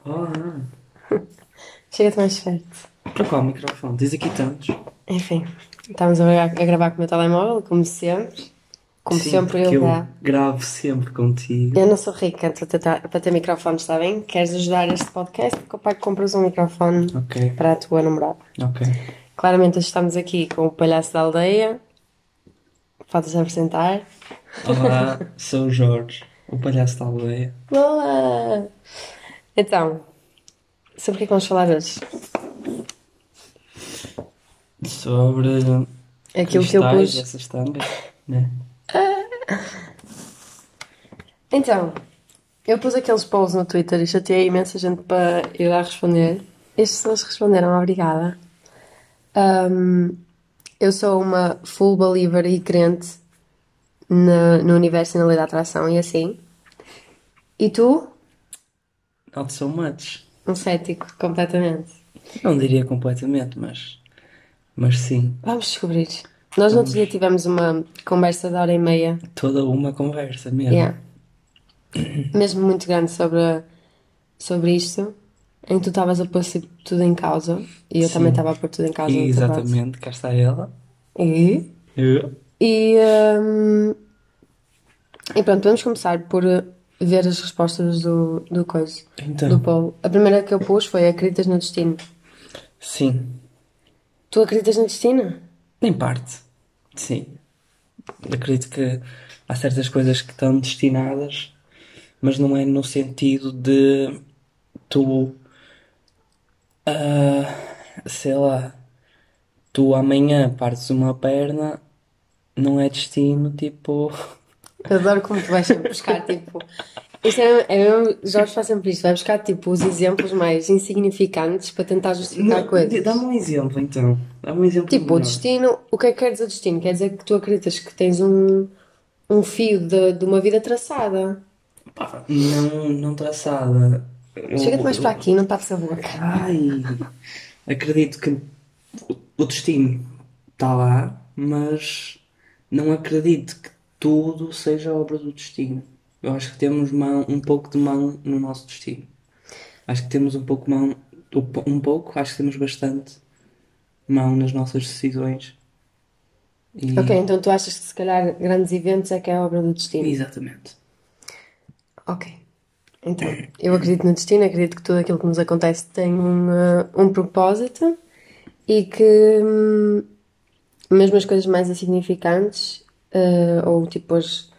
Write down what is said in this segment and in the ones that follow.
Olá. Chega-te mais perto. Para qual microfone? Tens aqui tantos. Enfim, estamos a gravar com o meu telemóvel, como sempre. Como Sim, sempre porque ele eu dá. gravo sempre contigo. Eu não sou rica para ter microfones, está bem? Queres ajudar este podcast? Pai, compras um microfone Ok, para a tua namorada. ok. Claramente estamos aqui com o palhaço da aldeia. Podes apresentar. Olá, sou o Jorge, o palhaço da aldeia. Boa! Então, sobre o que é que vamos falar hoje? Sobre Aquilo que eu cristais, pus. essas tangas, né? Então, eu pus aqueles polls no Twitter e chateei imensa gente para ir lá responder. E as pessoas responderam, obrigada. Ahm, eu sou uma full believer e crente no universo e na lei da atração e assim. E tu? Not so much. Um cético, completamente. Não diria completamente, mas sim. Vamos descobrir. Nós no outro dia Vamos. tivemos uma conversa de hora e meia, Toda uma conversa mesmo. yeah, mesmo muito grande sobre isto, em que tu estavas a pôr tudo em causa e eu também Sim. estava a pôr tudo em causa E no teu caso. exatamente, cá está ela. E, Eu. e, hum, e pronto, vamos começar por ver as respostas do coisa, do Então, poll. A primeira que eu pus foi: acreditas no destino? sim. Tu acreditas no destino? Em parte, sim. Acredito que há certas coisas que estão destinadas, mas não é no sentido de tu, sei lá, tu amanhã partes uma perna, não é destino, tipo. Eu adoro como tu vais sempre buscar, tipo. Isto é mesmo, Jorge faz sempre isto, vai buscar, tipo, os exemplos mais insignificantes para tentar justificar Dá-me coisas. um exemplo então. Dá-me um exemplo Tipo, o melhor. destino, o que é que quer dizer destino? Quer dizer que tu acreditas que tens um fio de uma vida traçada. Pá, não traçada. Chega-te mais para Eu, aqui, não tapes a boca. ai, acredito que o destino está lá, mas não acredito que tudo seja obra do destino. Eu acho que temos mão, um pouco de mão no nosso destino. Acho que temos um pouco mão, um pouco, acho que temos bastante mão nas nossas decisões. Ok, E então tu achas que se calhar grandes eventos é que é a obra do destino? exatamente. Ok. Então, eu acredito no destino, acredito que tudo aquilo que nos acontece tem um propósito e que mesmo as coisas mais insignificantes, ou tipo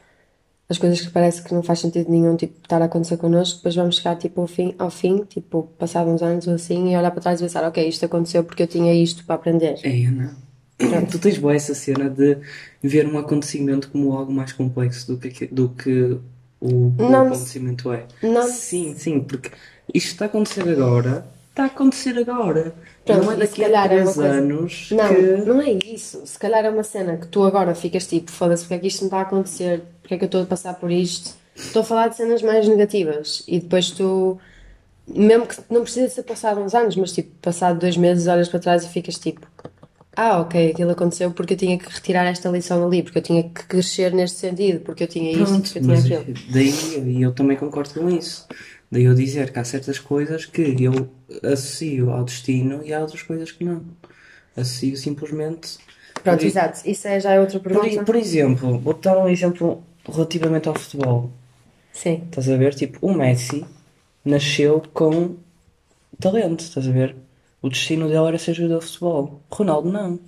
as coisas que parece que não faz sentido nenhum tipo, estar a acontecer connosco, depois vamos chegar tipo, ao fim, tipo, passado uns anos ou assim, e olhar para trás e pensar, ok, isto aconteceu porque eu tinha isto para aprender. É, não. Pronto. Tu tens boa essa cena de ver um acontecimento como algo mais complexo do que o Não, acontecimento é. não, Sim, sim, porque isto está a acontecer agora, está a acontecer agora. Não pronto, é e se daqui a calhar é uma 3 coisa. anos Não, que. não é isso. Se calhar é uma cena que tu agora ficas tipo, foda-se, porque é que isto não está a acontecer? Porque é que eu estou a passar por isto? Estou a falar de cenas mais negativas e depois tu, mesmo que não precisa de ser passado uns anos, mas tipo, passado 2 meses, olhas para trás e ficas tipo, ah, ok, aquilo aconteceu porque eu tinha que retirar esta lição ali, porque eu tinha que crescer neste sentido, porque eu tinha isto, Pronto, porque eu tinha mas aquilo. daí e eu também concordo com isso. Daí eu dizer que há certas coisas que eu associo ao destino e há outras coisas que não. Associo simplesmente. Por, Pronto, exato. Isso já é outra pergunta? por exemplo, vou-te dar um exemplo relativamente ao futebol. Sim. Estás a ver? Tipo, o Messi nasceu com talento, estás a ver? O destino dele era ser jogador de futebol. O Ronaldo não.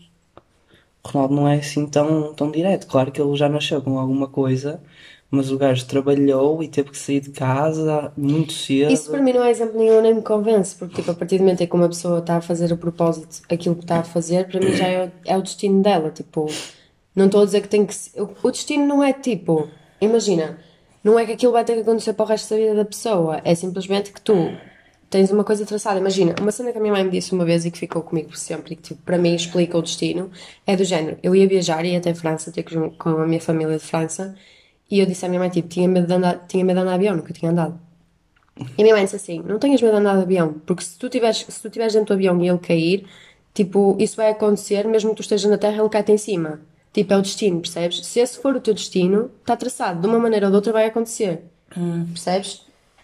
O Ronaldo não é assim tão direto. Claro que ele já nasceu com alguma coisa, mas o gajo trabalhou e teve que sair de casa muito Isso para cedo. mim não é exemplo nenhum, nem me convence, porque tipo, a partir do momento em que uma pessoa está a fazer a propósito aquilo que está a fazer, para mim já é o destino dela. Tipo, não estou a dizer que tem que. O destino não é tipo, imagina, não é que aquilo vai ter que acontecer para o resto da vida da pessoa, é simplesmente que tu tens uma coisa traçada. Imagina, uma cena que a minha mãe me disse uma vez e que ficou comigo por sempre e que tipo, para mim explica o destino, é do género: eu ia viajar, ia até França, ter com a minha família de França, e eu disse à minha mãe, tipo, tinha medo de andar de avião, nunca tinha andado. E a minha mãe disse assim: não tenhas medo de andar de avião, porque se tu tiveres dentro do avião e ele cair, tipo, isso vai acontecer, mesmo que tu estejas na terra, ele cai-te em cima. Tipo, é o destino, percebes? Se esse for o teu destino, está traçado, de uma maneira ou de outra vai acontecer, percebes?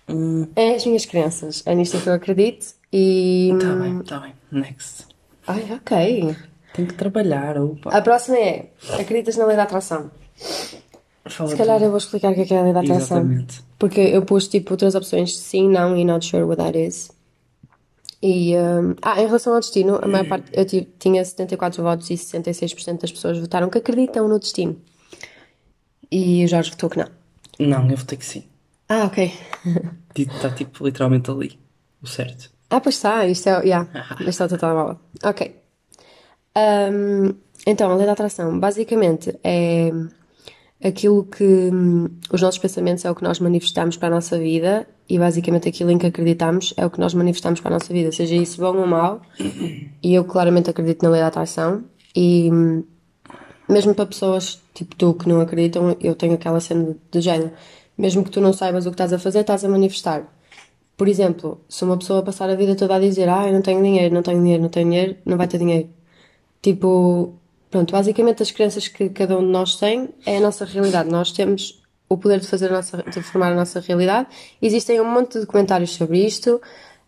É as minhas crenças. É nisto que eu acredito e. Tá bem. Next. Ai, ok. Tenho que trabalhar, A opa. próxima é: acreditas na lei da atração? Fala Se tu. calhar eu vou explicar o que é a lei da atração. Exatamente. Porque eu pus tipo outras opções de sim, não e not sure what that is. E, em relação ao destino, a maior parte, tinha 74 votos e 66% das pessoas votaram que acreditam no destino. E o Jorge votou que não. Não, eu vou ter que sim. Ah, ok. Está tipo literalmente ali. O certo. Ah, pois está, isto é, yeah, isto é o teu telemóvel. Ok. Então, a lei da atração, basicamente, é aquilo que os nossos pensamentos é o que nós manifestamos para a nossa vida e basicamente aquilo em que acreditamos é o que nós manifestamos para a nossa vida, seja isso bom ou mau. E eu claramente acredito na lei da atração e mesmo para pessoas tipo tu que não acreditam, eu tenho aquela cena do género. Mesmo que tu não saibas o que estás a fazer, estás a manifestar. Por exemplo, se uma pessoa passar a vida toda a dizer eu não tenho dinheiro, não tenho dinheiro, não tenho dinheiro, não vai ter dinheiro. Tipo, pronto, basicamente as crenças que cada um de nós tem é a nossa realidade. Nós temos o poder de fazer de formar a nossa realidade. Existem um monte de documentários sobre isto.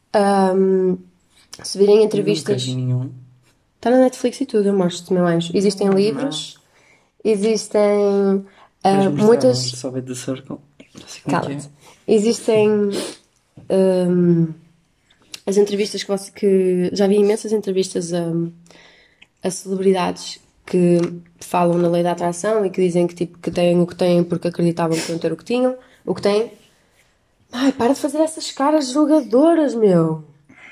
Se virem Nunca entrevistas. vi nenhum. Está na Netflix e tudo, eu mostro-te, meu anjo. Existem livros, existem Vais mostrar muitas. só ver The Circle. Não sei como é que é. Cala-te. Existem as entrevistas que já vi imensas entrevistas a celebridades que falam na lei da atração e que dizem que, tipo, que têm o que têm porque acreditavam que iam ter o que tinham, o que têm. Ai, para de fazer essas caras julgadoras, meu!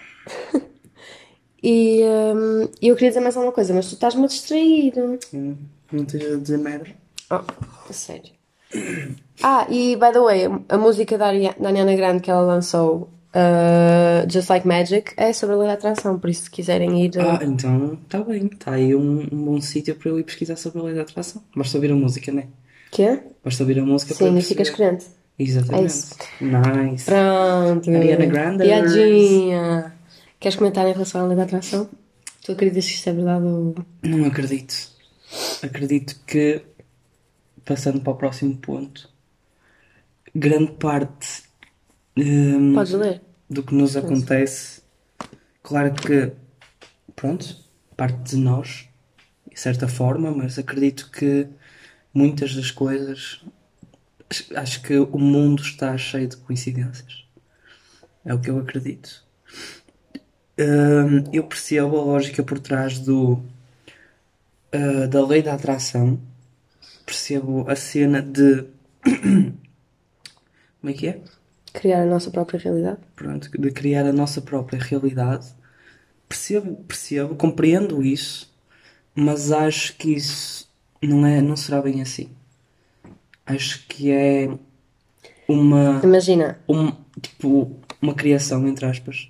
E eu queria dizer mais alguma coisa, mas tu estás-me a distrair. Não esteja a dizer merda. Oh, sério. E by the way, a música da Ariana Grande que ela lançou, Just Like Magic, é sobre a lei da atração, por isso se quiserem ir. Então está bem. Está aí um bom sítio para eu ir pesquisar sobre a lei da atração. Basta ouvir a música, né? Quê? Basta ouvir a música para Sim, e perceber. ficas crente. Exatamente. É isso. Nice. Pronto. Ariana Grande. Piadinha. Queres comentar em relação à lei da atração? Tu acreditas que isto é verdade ou... Não acredito. Acredito que, passando para o próximo ponto, grande parte Podes ler? do que nos acontece, claro que, pronto, parte de nós, de certa forma, mas acredito que muitas das coisas, acho que o mundo está cheio de coincidências. É o que eu acredito. Eu percebo a lógica por trás da lei da atração. Percebo a cena de... Como é que é? Criar a nossa própria realidade? Pronto, de criar a nossa própria realidade. Percebo, compreendo isso, mas acho que isso não será bem assim. Acho que é Imagina. tipo, uma criação, entre aspas,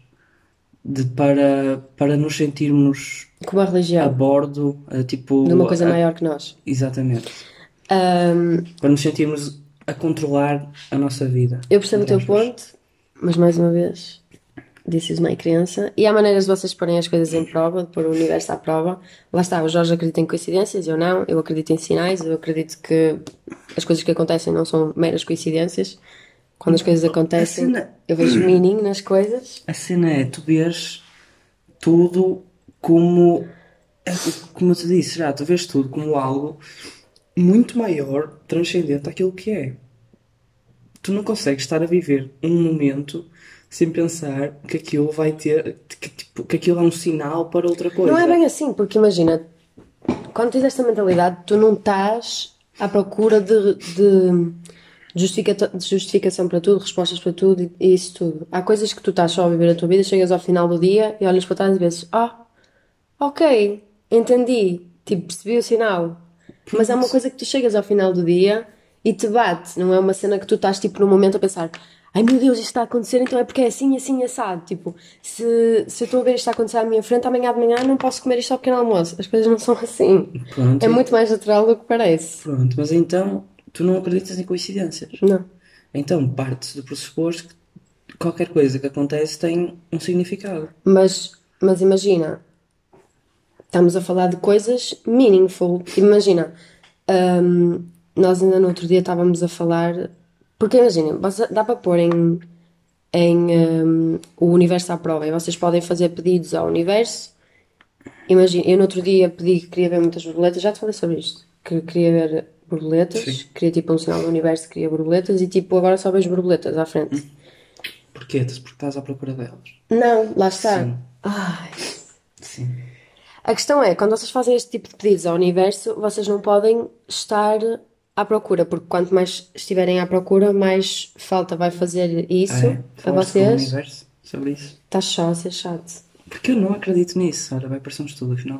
para nos sentirmos Com uma a religião. bordo, tipo... De uma coisa maior que nós. Exatamente. Ahm, Para nos sentirmos a controlar a nossa vida. eu percebo o entre teu aspas. ponto, mas mais uma vez, this is my crença. E há maneiras de vocês porem as coisas em prova, de pôr o universo à prova. Lá está, o Jorge acredita em coincidências, eu não. Eu acredito em sinais, eu acredito que as coisas que acontecem não são meras coincidências. Quando as coisas acontecem, eu vejo meaning nas coisas. A cena é, tu vês tudo como... Como eu te disse já, tu vês tudo como algo muito maior, transcendente àquilo que é. Tu não consegues estar a viver um momento sem pensar que aquilo vai ter... que aquilo é um sinal para outra coisa. Não é bem assim, porque imagina, quando tens esta mentalidade, tu não estás à procura de justificação para tudo, respostas para tudo e isso tudo. Há coisas que tu estás só a viver a tua vida, chegas ao final do dia e olhas para trás e vês, ok, entendi, tipo, percebi o sinal. Mas é uma coisa que tu chegas ao final do dia e te bate, não é uma cena que tu estás tipo no momento a pensar, ai meu Deus, isto está a acontecer, então é porque é assim, assim, assado. Tipo, se eu estou a ver isto a acontecer à minha frente, amanhã de manhã não posso comer isto ao pequeno almoço. As coisas não são assim. Pronto. É muito mais natural do que parece. Pronto, mas então tu não acreditas em coincidências. Não. Então partes do pressuposto que qualquer coisa que acontece tem um significado. Mas imagina, estamos a falar de coisas meaningful. Imagina, nós ainda no outro dia estávamos a falar. Porque imagina, dá para pôr em o universo à prova. E vocês podem fazer pedidos ao universo. Imagina, eu no outro dia pedi que queria ver muitas borboletas, já te falei sobre isto, que queria ver borboletas, Sim. queria tipo um sinal do universo, queria borboletas e tipo agora só vejo borboletas à frente. Porquê? Porque estás à procura delas. Não, lá está. Sim. Ai. Sim. A questão é, quando vocês fazem este tipo de pedidos ao universo, vocês não podem estar à procura, porque quanto mais estiverem à procura, mais falta vai fazer isso a Falaste com o vocês. universo sobre isso? Estás só a ser chato. Porque eu não acredito nisso. Ora, vai parecer um estudo, afinal.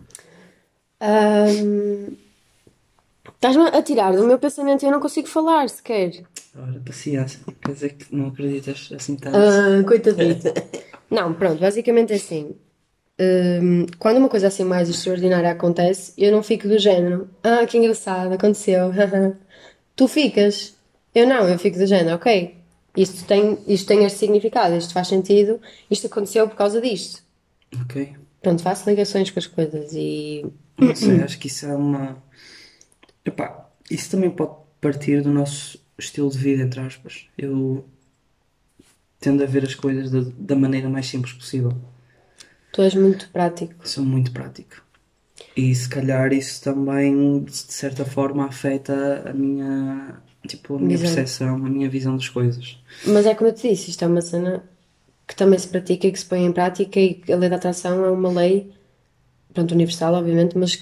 Estás-me a tirar do meu pensamento e eu não consigo falar sequer. Ora, paciência. Quer dizer que não acreditas assim tanto. Coitadinho. Não, pronto, basicamente é assim. Quando uma coisa assim mais extraordinária acontece, eu não fico do género. Ah, que engraçado, aconteceu. Tu ficas. Eu não, eu fico do género, ok. Isto tem este significado, isto faz sentido, isto aconteceu por causa disto. Ok. Pronto, faço ligações com as coisas e. Não sei, acho que isso é uma. Epá, isso também pode partir do nosso estilo de vida, entre aspas. Eu tendo a ver as coisas da maneira mais simples possível. Tu és muito prático. Sou muito prático. E se calhar isso também, de certa forma, afeta a minha, tipo, a minha Visão. percepção, a minha visão das coisas. Mas é como eu te disse, isto é uma cena que também se pratica e que se põe em prática e que a lei da atração é uma lei, pronto, universal, obviamente, mas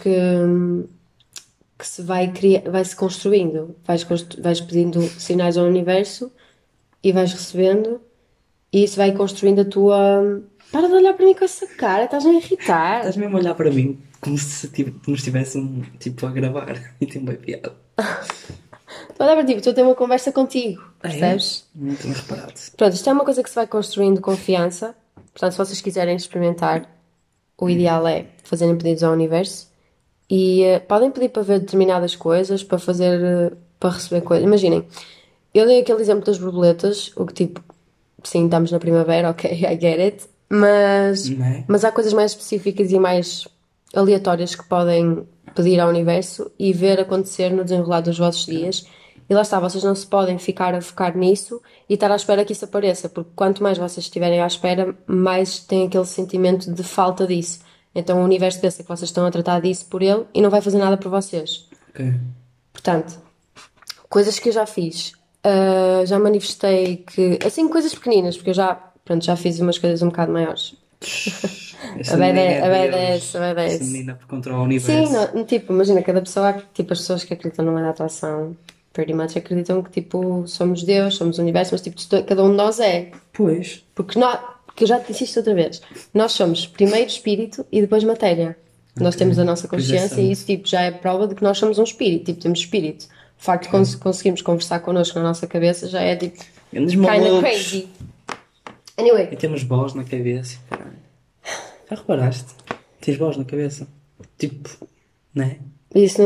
que se vai se construindo. Vais pedindo sinais ao universo e vais recebendo e isso vai construindo a tua. Para de olhar para mim com essa cara, estás-me a irritar. Estás mesmo a olhar para mim como se tipo, nos estivessem tipo, a gravar e tem bem piada. Estou a olhar para ti, estou a ter uma conversa contigo, Ah, é? percebes? Não tinha reparado. Pronto, isto é uma coisa que se vai construindo confiança. Portanto, se vocês quiserem experimentar, o ideal é fazerem pedidos ao universo e podem pedir para ver determinadas coisas, para fazer, para receber coisas. Imaginem, eu dei aquele exemplo das borboletas, o que tipo, sim, estamos na primavera, ok, I get it, Não é? mas há coisas mais específicas e mais aleatórias que podem pedir ao universo e ver acontecer no desenrolar dos vossos dias. E lá está, vocês não se podem ficar a focar nisso e estar à espera que isso apareça, porque quanto mais vocês estiverem à espera, mais tem aquele sentimento de falta disso. Então o universo pensa que vocês estão a tratar disso por ele e não vai fazer nada por vocês. Ok. Portanto, coisas que eu já fiz. Já manifestei que. Assim, coisas pequeninas, porque eu já fiz umas coisas um bocado maiores. Essa A menina BDS, é Deus. a BDS. Essa menina controla o universo. Sim, tipo, imagina, cada pessoa, tipo, as pessoas que acreditam numa atuação, pretty much acreditam que, tipo, somos Deus, somos o universo, mas, tipo, cada um de nós é. Pois. Porque eu já te disse isto outra vez, nós somos primeiro espírito e depois matéria. Nós temos a nossa consciência e isso, tipo, já é prova de que nós somos um espírito, tipo, temos espírito. O facto de conseguirmos conversar connosco na nossa cabeça já é, tipo, Grandes kinda malucos. crazy. Anyway, E temos voz na cabeça. Caralho. Já reparaste? Tens voz na cabeça. Tipo, né? isso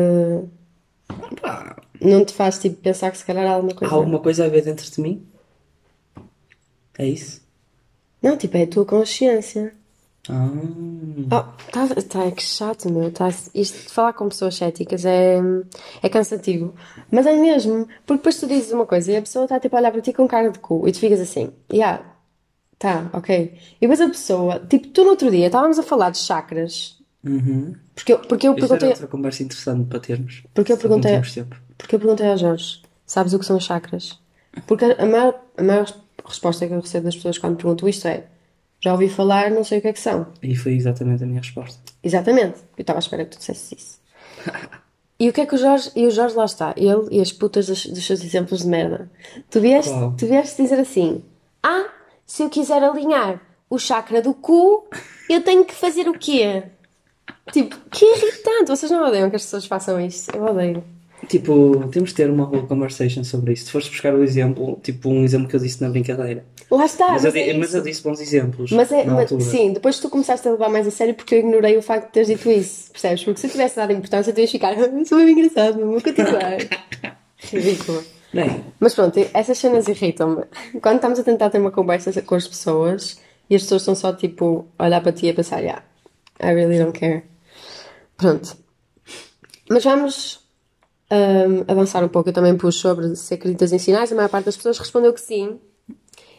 Pá, não te faz, tipo, pensar que se calhar há alguma há coisa... alguma coisa a ver dentro de mim? É isso? Não, tipo, é a tua consciência. Ah. Tá, que chato, meu. Isto de falar com pessoas céticas é cansativo. Mas é mesmo. Porque depois tu dizes uma coisa e a pessoa está tipo a olhar para ti com cara de cu e tu ficas assim, yeah, tá, ok. E depois a pessoa, tipo, tu no outro dia estávamos a falar de chakras. Uhum. Porque eu Isto era perguntei. outra conversa interessante para termos. Porque eu Se não perguntei. tínhamos tempo. Porque eu perguntei ao Jorge, sabes o que são chakras? Porque a maior resposta que eu recebo das pessoas quando pergunto isto é: já ouvi falar, não sei o que é que são. E foi exatamente a minha resposta. Exatamente. Eu estava à espera que tu dissesse isso. E o que é que o Jorge... E o Jorge lá está. Ele e as putas dos seus exemplos de merda. Qual? Tu vieste dizer assim... Ah, se eu quiser alinhar o chakra do cu, eu tenho que fazer o quê? Tipo, que irritante. Vocês não odeiam que as pessoas façam isto? Eu odeio. Tipo, temos de ter uma whole conversation sobre isso. Se fores buscar o exemplo, tipo um exemplo que eu disse na brincadeira. Lá está, Mas, mas eu, é mas eu isso. disse bons exemplos Mas na altura. sim, depois tu começaste a levar mais a sério porque eu ignorei o facto de teres dito isso, percebes? Porque se eu tivesse dado importância, tu ias ficar, isso é bem engraçado, vou continuar. Ridículo. Bem, Mas pronto, essas cenas irritam-me. Quando estamos a tentar ter uma conversa com as pessoas e as pessoas estão só tipo a olhar para ti e a pensar, yeah, I really don't care. Pronto. Mas vamos avançar um pouco. Eu também pus sobre se acreditas em sinais. A maior parte das pessoas respondeu que sim.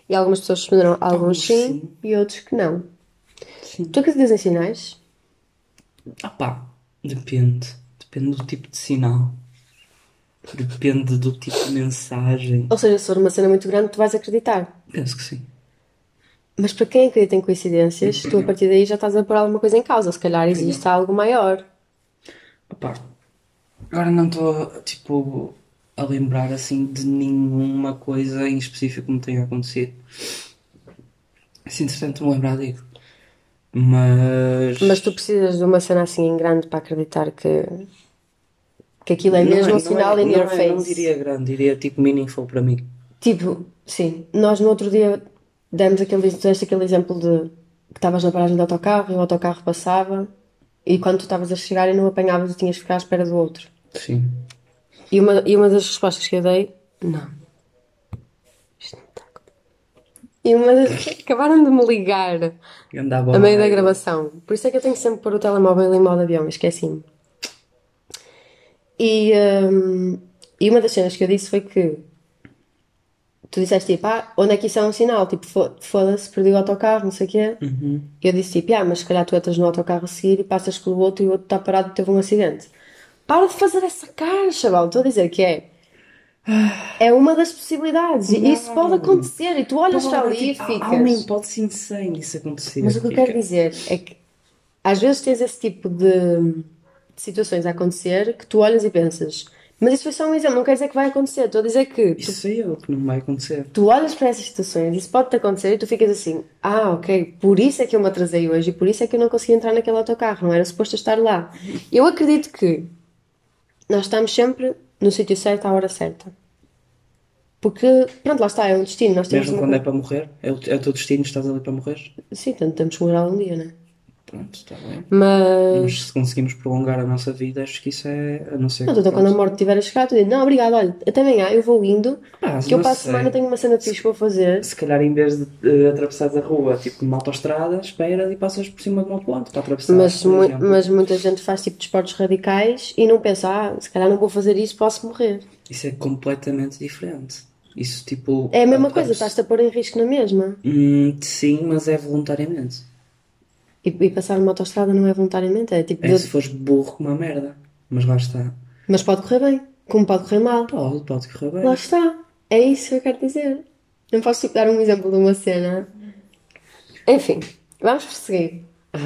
E algumas pessoas responderam alguns Alguns sim, sim. e outros que não. Sim. Tu acreditas em sinais? Ah pá, depende. Depende do tipo de sinal. Depende do tipo de mensagem. Ou seja, se for uma cena muito grande, tu vais acreditar. Penso que sim. Mas para quem acredita em coincidências, tu a partir daí já estás a pôr alguma coisa em causa. Se calhar existe algo maior. Opá, agora não estou, tipo, a lembrar assim de nenhuma coisa em específico que me tenha acontecido. Se entretanto me lembrar, digo. Mas tu Mas. precisas de uma cena assim em grande para acreditar que aquilo é mesmo um sinal in your Não face. diria grande, diria tipo meaningful para mim. Tipo, sim, nós no outro dia deste aquele exemplo de que estavas na paragem do autocarro e o autocarro passava e quando tu estavas a chegar e não apanhavas e tinhas de ficar à espera do outro. Sim. E uma das respostas que eu dei, não. Isto não está. E uma das. Acabaram de me ligar Andava a meio da lá. gravação. Por isso é que eu tenho que sempre pôr o telemóvel em modo avião, esqueci-me. E, hum, e uma das cenas que eu disse foi que tu disseste tipo, onde é que isso é um sinal? Tipo, foda-se, perdi o autocarro, não sei o quê. Uhum. E eu disse tipo, mas se calhar tu entras no autocarro a seguir e passas pelo outro e o outro está parado e teve um acidente. Para de fazer essa cara, chaval. Estou a dizer que é. É uma das possibilidades. E isso pode Não! acontecer. E tu olhas para Pode, ali e tipo, há uma ficas. hipótese insane disso Mas acontecer, o que eu quero Rica. dizer é que às vezes tens esse tipo de situações a acontecer que tu olhas e pensas, mas isso foi só um exemplo, não quer dizer que vai acontecer. Estou a dizer que Isso sei eu que não vai acontecer. tu olhas para essas situações, isso pode-te acontecer e tu ficas assim, ok, por isso é que eu me atrasei hoje e por isso é que eu não consegui entrar naquele autocarro, não era suposto eu estar lá. Eu acredito que nós estamos sempre no sítio certo à hora certa. Porque, pronto, lá está, é um destino, nós temos Mesmo uma quando é coisa. para morrer, é o teu destino, estás ali para morrer. Sim, tanto temos que morrer algum dia, não é? Pronto, está bem. Mas Mas se conseguimos prolongar a nossa vida, acho que isso é. A não ser não, que. então quando a Pronto. morte estiver a chegar, tu dizes, não, obrigado, olha, até amanhã eu vou indo, Pá, que eu não para a semana sei. tenho uma cena fixe para fazer. Se calhar em vez de atravessares a rua, tipo numa autoestrada, esperas e passas por cima de uma ponte para atravessar, Mas, por exemplo. mas muita gente faz tipo desportos radicais e não pensa, se calhar não vou fazer isso, posso morrer. Isso é completamente diferente. Isso, tipo. É a mesma coisa, estás-te a pôr em risco na mesma. Sim, mas é voluntariamente. E passar numa autoestrada não é voluntariamente, é tipo. É se fores burro com uma merda. Mas lá está. Mas pode correr bem, como pode correr mal. Pode correr Lá bem. está. É isso que eu quero dizer. Não posso tipo, dar um exemplo de uma cena. Enfim, vamos prosseguir.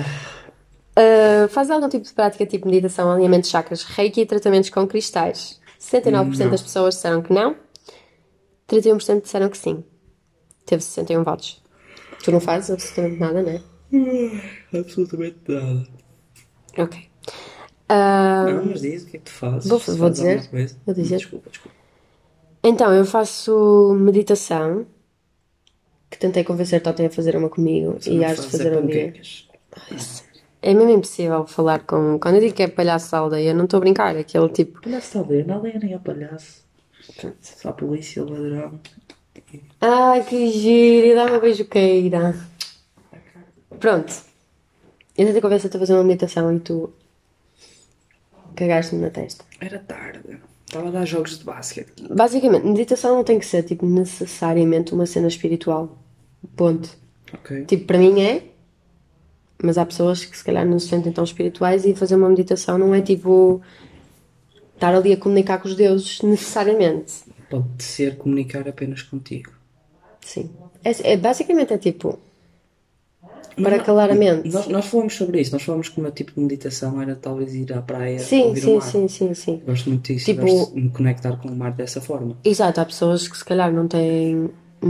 Faz algum tipo de prática, tipo meditação, alinhamento de chakras, reiki e tratamentos com cristais? 69% das pessoas disseram que não, 31% disseram que sim. Teve 61 votos. Tu não fazes absolutamente nada, não é? Absolutamente nada. Ok. Ah, Não, mas diz o que é que tu fazes. vou Se fazes dizer. alguma coisa. Vou dizer. Desculpa. Então, eu faço meditação, que tentei convencer Totem a fazer uma comigo Só e não has de fazes é fazer um dia. panquecas. É mesmo impossível falar com. Quando eu digo que é palhaço da aldeia, não estou a brincar. É aquele tipo. Palhaço talvez, na aldeia nem é palhaço. Só a polícia, o ladrão. Ai, que giro! E dá uma beijoqueira. Pronto. Eu tentei convencer-te a fazer uma meditação e tu cagaste-me na testa. Era tarde. Estava a dar jogos de basquete. Basicamente, meditação não tem que ser tipo necessariamente uma cena espiritual. Ponto. Ok. Tipo, para mim é, mas há pessoas que se calhar não se sentem tão espirituais e fazer uma meditação não é tipo estar ali a comunicar com os deuses necessariamente. Pode ser comunicar apenas contigo. Sim. Basicamente é tipo para calar a mente. Nós falamos sobre isso. Nós falamos que o meu tipo de meditação era talvez ir à praia Sim, ouvir o sim, mar. sim, sim, sim. Gosto muito disso. Tipo- Gosto de me conectar com o mar dessa forma. Exato, há pessoas que se calhar não têm.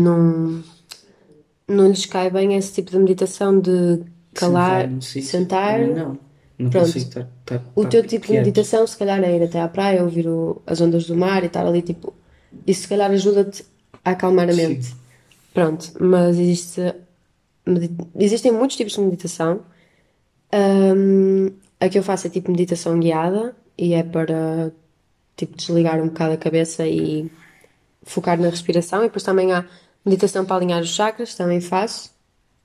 Não lhes cai bem esse tipo de meditação de calar, Sentar num sítio. sentar. A mim não. Não Pronto. consigo estar O teu tipo de quieto. meditação, se calhar, é ir até à praia, ouvir as ondas do mar e estar ali, tipo. Isso, se calhar, ajuda-te a acalmar a mente. Sim. Pronto, mas existem muitos tipos de meditação. A que eu faço é tipo meditação guiada e é para, tipo, desligar um bocado a cabeça e focar na respiração. E depois também há meditação para alinhar os chakras, também faço.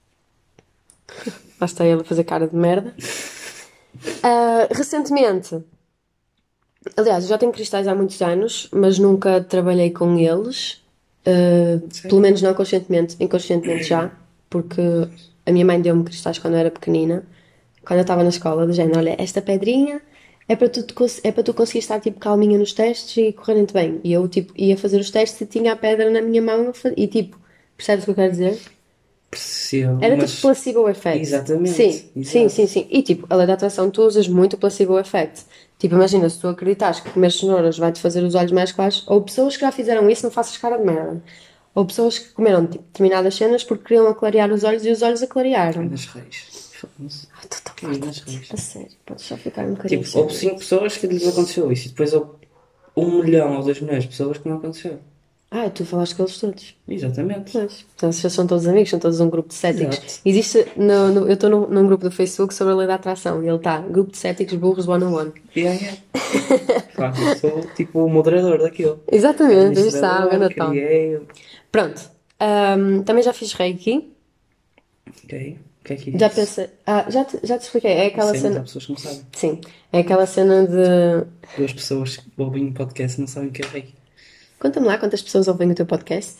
Lá está ele a fazer cara de merda. Recentemente, aliás, eu já tenho cristais há muitos anos, mas nunca trabalhei com eles. Pelo menos não conscientemente, inconscientemente já, porque a minha mãe deu-me cristais quando eu era pequenina, quando eu estava na escola, do género, olha, esta pedrinha é para é para tu conseguir estar tipo calminha nos testes e correrem-te bem. E eu tipo ia fazer os testes e tinha a pedra na minha mão e tipo, percebes o que eu quero dizer? Percebo, Era tipo mas... placebo effect. Exatamente, Sim, sim, exato. sim, sim. E tipo, a lei da atração tu usas muito o placebo effect. Tipo, imagina, se tu acreditas que comer cenouras vai-te fazer os olhos mais claros, ou pessoas que já fizeram isso, não faças cara de merda. Ou pessoas que comeram tipo, determinadas cenas porque queriam aclarear os olhos e os olhos É aclarearam. das reis. Foda-se. Ai, estou tão É farta das de ti. reis. A sério, podes só ficar um bocadinho Tipo, houve sério. 5 pessoas que lhes aconteceu isso. E depois houve 1 milhão ou 2 milhões de pessoas que não aconteceu. Ah, tu falaste com eles todos. Exatamente. Pois. Então, se são todos amigos, são todos um grupo de céticos. Exato. Existe, eu estou num grupo do Facebook sobre a lei da atração e ele está, grupo de céticos burros one-on-one. E é. Claro, eu sou tipo o moderador daquilo. Exatamente, aí está, o Administrador, grande Tom. criei. Pronto. Também já fiz Reiki. Ok. O que é que é Já isso? pensei. Já te expliquei. É aquela Sei, mas há cena. pessoas que não sabem. Sim, é aquela cena de. 2 pessoas que ouvem o podcast não sabem o que é rei. Conta-me lá quantas pessoas ouvem o teu podcast.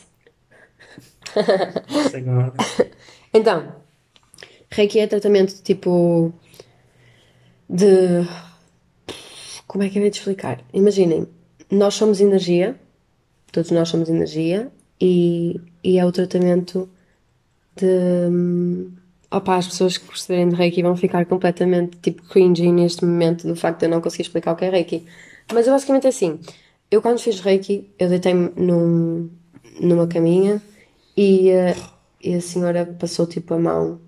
Isso agora. Então, Reiki é tratamento tipo de. Como é que eu ia te explicar? Imaginem, nós somos energia, todos nós somos energia, e é o tratamento de. Opa, as pessoas que perceberem de Reiki vão ficar completamente tipo cringy neste momento do facto de eu não conseguir explicar o que é Reiki. Mas eu basicamente é assim: eu quando fiz Reiki, eu deitei-me numa caminha e a senhora passou tipo a mão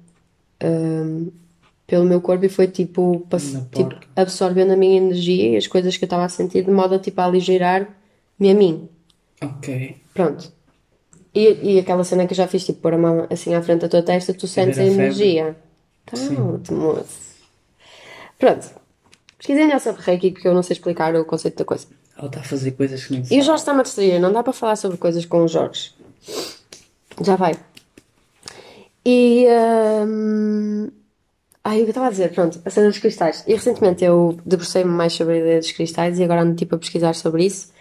pelo meu corpo e foi tipo, Na tipo porca. absorvendo a minha energia e as coisas que eu estava a sentir de modo a tipo a aligerar-me a mim. Ok. Pronto. E aquela cena que eu já fiz, tipo, pôr a mão assim à frente da tua testa, tu A sentes ver a a febre. energia. Sim. Pronto, moço. Pronto. Pesquisem já sobre Reiki porque eu não sei explicar o conceito da coisa. Ela está a fazer coisas que nem E o sabe. Jorge está-me a distrair, não dá para falar sobre coisas com o Jorge. Já vai. E. Ai, o que eu estava a dizer, pronto, a cena dos cristais. E recentemente eu debrucei-me mais sobre a ideia dos cristais e agora ando tipo a pesquisar sobre isso.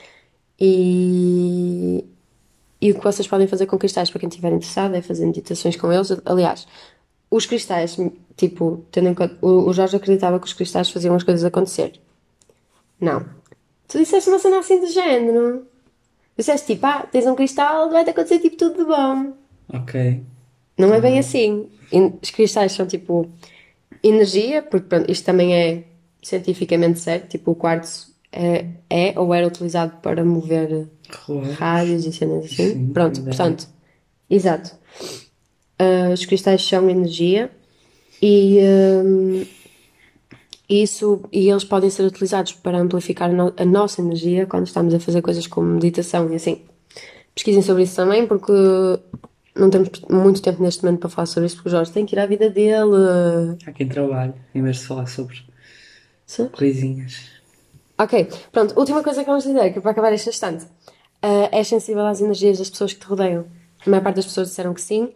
E. E o que vocês podem fazer com cristais, para quem estiver interessado, é fazer meditações com eles. Aliás, os cristais, tipo, tendo em conta. O Jorge acreditava que os cristais faziam as coisas acontecer. Não. Tu disseste uma cena assim do género. Disseste tipo, tens um cristal, vai-te acontecer tipo tudo de bom. Ok. Não é bem assim. Os cristais são tipo energia, porque pronto, isto também é cientificamente certo. Tipo, o quartzo é ou era utilizado para mover Relógios. rádios e cenas assim. Sim, Pronto, ainda é. portanto, exato. Os cristais são energia e e eles podem ser utilizados para amplificar a nossa energia quando estamos a fazer coisas como meditação e assim. Pesquisem sobre isso também, porque não temos muito tempo neste momento para falar sobre isso, porque o Jorge tem que ir à vida dele. Há quem trabalhe, em vez de falar sobre Sim. coisinhas. Ok, pronto. Última coisa que vamos dizer, que é para acabar este instante. És sensível às energias das pessoas que te rodeiam? A maior parte das pessoas disseram que sim.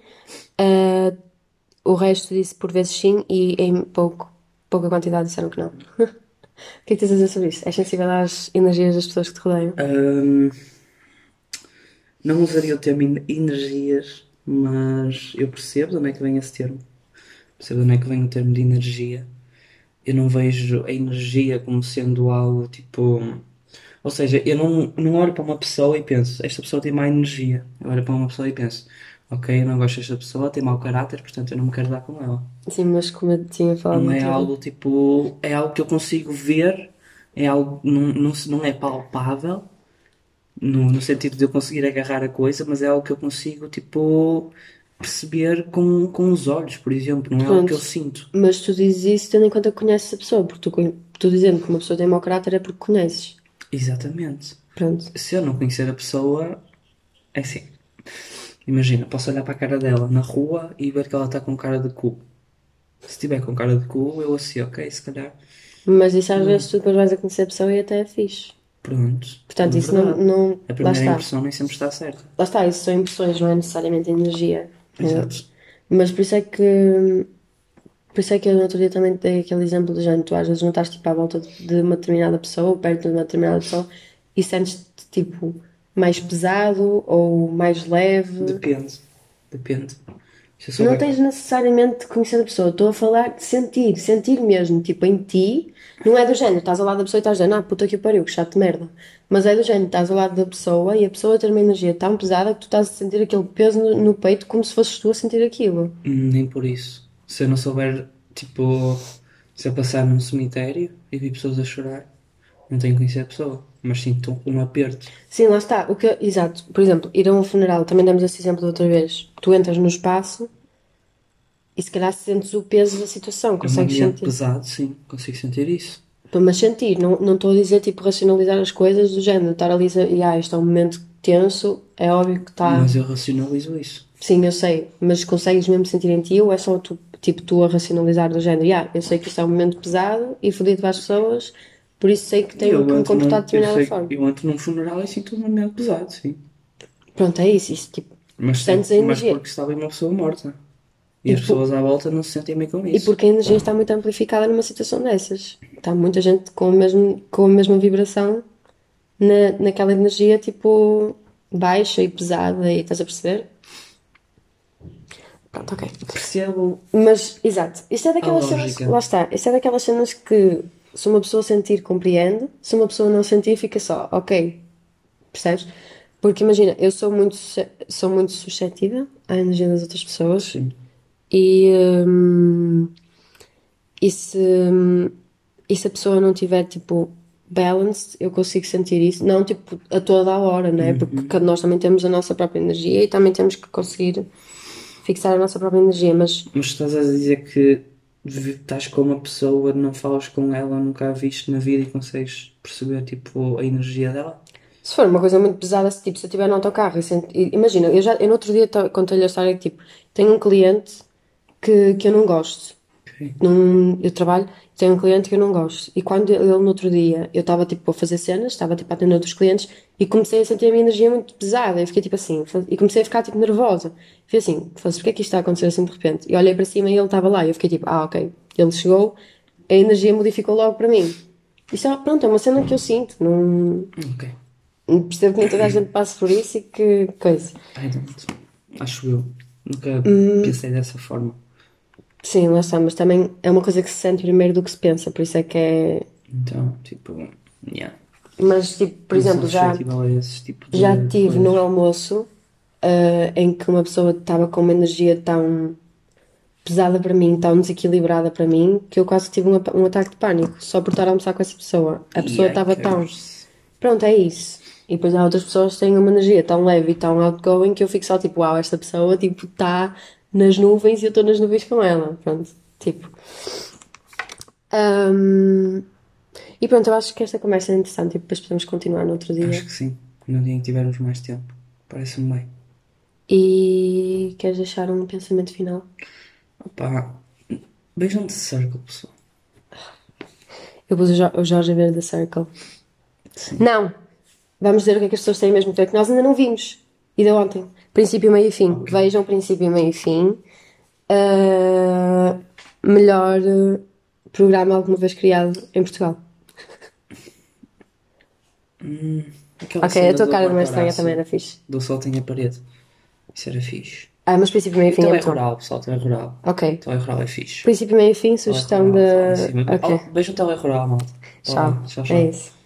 O resto disse por vezes sim e em pouca quantidade disseram que não. O que é que tens a dizer sobre isso? És sensível às energias das pessoas que te rodeiam? Não usaria o termo energias, mas eu percebo de onde é que vem esse termo. Percebo de onde é que vem o termo de energia. Eu não vejo a energia como sendo algo tipo. Ou seja, eu não olho para uma pessoa e penso, esta pessoa tem má energia. Eu olho para uma pessoa e penso, ok, eu não gosto desta pessoa, tem mau caráter, portanto eu não me quero dar com ela. Sim, mas como eu tinha falado Não no é outro dia. algo tipo. É algo que eu consigo ver, é algo. Não é palpável, no sentido de eu conseguir agarrar a coisa, mas é algo que eu consigo, tipo, perceber com os olhos, por exemplo, não é algo que eu Pronto. sinto. Mas tu dizes isso tendo em conta que conheces a pessoa, porque tu dizendo que uma pessoa tem mau caráter é porque conheces. Exatamente. Pronto. Se eu não conhecer a pessoa, é assim. Imagina, posso olhar para a cara dela na rua e ver que ela está com cara de cu. Se estiver com cara de cu, eu assim, ok, se calhar, Mas isso às vezes tu depois vais a conhecer a pessoa e até é fixe. pronto. Portanto, É isso não, verdade. não. A Lá primeira está. impressão nem sempre está certa. Lá está, isso são impressões, não é necessariamente energia. Exato. Mas por isso é que. Por isso é que eu no outro dia também dei aquele exemplo do género, tu às vezes não estás tipo à volta de uma determinada pessoa ou perto de uma determinada pessoa e sentes-te tipo mais pesado ou mais leve? Depende. Depende. Se eu Não souber. tens necessariamente de conhecer a pessoa, estou a falar de sentir, sentir mesmo, tipo, em ti, não é do género, estás ao lado da pessoa e estás dizendo, puta que pariu, que chato de merda. Mas é do género, estás ao lado da pessoa e a pessoa ter uma energia tão pesada que tu estás a sentir aquele peso no peito como se fosses tu a sentir aquilo. Nem por isso. Se eu não souber, tipo, se eu passar num cemitério e vi pessoas a chorar, não tenho que conhecer a pessoa, mas sinto um aperto. Sim, lá está, exato, por exemplo, ir a um funeral, também demos esse exemplo da outra vez, tu entras no espaço e se calhar sentes o peso da situação, É um consegues ambiente sentir. pesado, sim, consigo sentir isso. Mas sentir, não estou a dizer tipo racionalizar as coisas do género, estar ali a dizer, isto é um momento tenso, é óbvio que está. Mas eu racionalizo isso. Sim, eu sei, mas consegues mesmo sentir em ti ou é só tu, tipo, tu a racionalizar do género, eu sei que isto é um momento pesado e fodido para as pessoas, por isso sei que tenho que me comportar de determinada forma. Eu entro num funeral e sinto um ambiente pesado, sim. Pronto, é isso tipo, sentes a Mas energia. porque está ali uma pessoa morta. E as pessoas à volta não se sentem bem com E isso. porque a energia está muito amplificada numa situação dessas. Está muita gente com a mesma vibração naquela energia, tipo, baixa e pesada, e estás a perceber? Pronto, ok. Percebo Mas, exato, isto é a daquelas cenas, lógica. lá está, isto é daquelas cenas que se uma pessoa sentir, compreende, se uma pessoa não sentir, fica só, ok, percebes? Porque imagina, eu sou muito suscetível à energia das outras pessoas Sim. e, hum, e se, e se a pessoa não tiver, tipo, balanced, eu consigo sentir isso, não, tipo, a toda a hora, não é? Porque nós também temos a nossa própria energia e também temos que conseguir fixar a nossa própria energia, mas Mas estás a dizer que estás com uma pessoa, não falas com ela, nunca a viste na vida e consegues perceber tipo a energia dela? se for uma coisa muito pesada, tipo, se eu estiver no autocarro imagina, eu no outro dia contei-lhe a história que, tipo, tenho um cliente que eu não gosto. Ok. Eu trabalho, tenho um cliente que eu não gosto. E quando ele, no outro dia, eu estava, tipo, a fazer cenas, estava, tipo, a atender outros clientes e comecei a sentir a minha energia muito pesada. Eu fiquei, tipo, assim, e comecei a ficar, tipo, nervosa. Fiquei assim, porque é que isto está a acontecer assim de repente? E olhei para cima e ele estava lá. E eu fiquei, tipo, ok. Ele chegou, a energia modificou logo para mim. Isto é, pronto, é uma cena que eu sinto. Não, Ok. percebo que nem toda a gente passa por isso e que coisa. I don't. Acho eu. Nunca pensei dessa forma. Sim, lá está, mas também é uma coisa que se sente primeiro do que se pensa, por isso é que é. Então, tipo, yeah. Mas, tipo, por Não sou exemplo, suscetível a esse tipo de já tive no coisas. almoço em que uma pessoa estava com uma energia tão pesada para mim, tão desequilibrada para mim, que eu quase tive um ataque de pânico só por estar a almoçar com essa pessoa. A pessoa estava tão. Pronto, é isso. E depois há outras pessoas que têm uma energia tão leve e tão outgoing que eu fico só tipo, uau, esta pessoa tipo está nas nuvens e eu estou nas nuvens com ela. Pronto, tipo. Ahm, E pronto, eu acho que esta conversa é interessante e depois podemos continuar no outro dia. Acho que sim. No dia em que tivermos mais tempo. Parece-me bem. E queres deixar um pensamento final? Opa, beijam de circle, pessoal. Eu pus o Jorge a ver The Circle. Sim. Não! Vamos dizer o que é que as pessoas têm mesmo que ver, que nós ainda não vimos. E de ontem. Princípio, meio e fim. Ok. Vejam princípio, meio e fim. Melhor programa alguma vez criado em Portugal. Aquela Ok, cena a tua do cara de Marco mais estranha Horácio, também era fixe. do Sol tem a parede. Isso era fixe. Mas princípio, meio e fim Então é é muito bom. rural, pessoal, então é rural. Ok. Então é rural é fixe. Princípio, meio e fim, sugestão Telerural, de. lá em cima. Ok. Oh, beijo no Telerural, malta. Tchau. Tchau, É tchau. isso.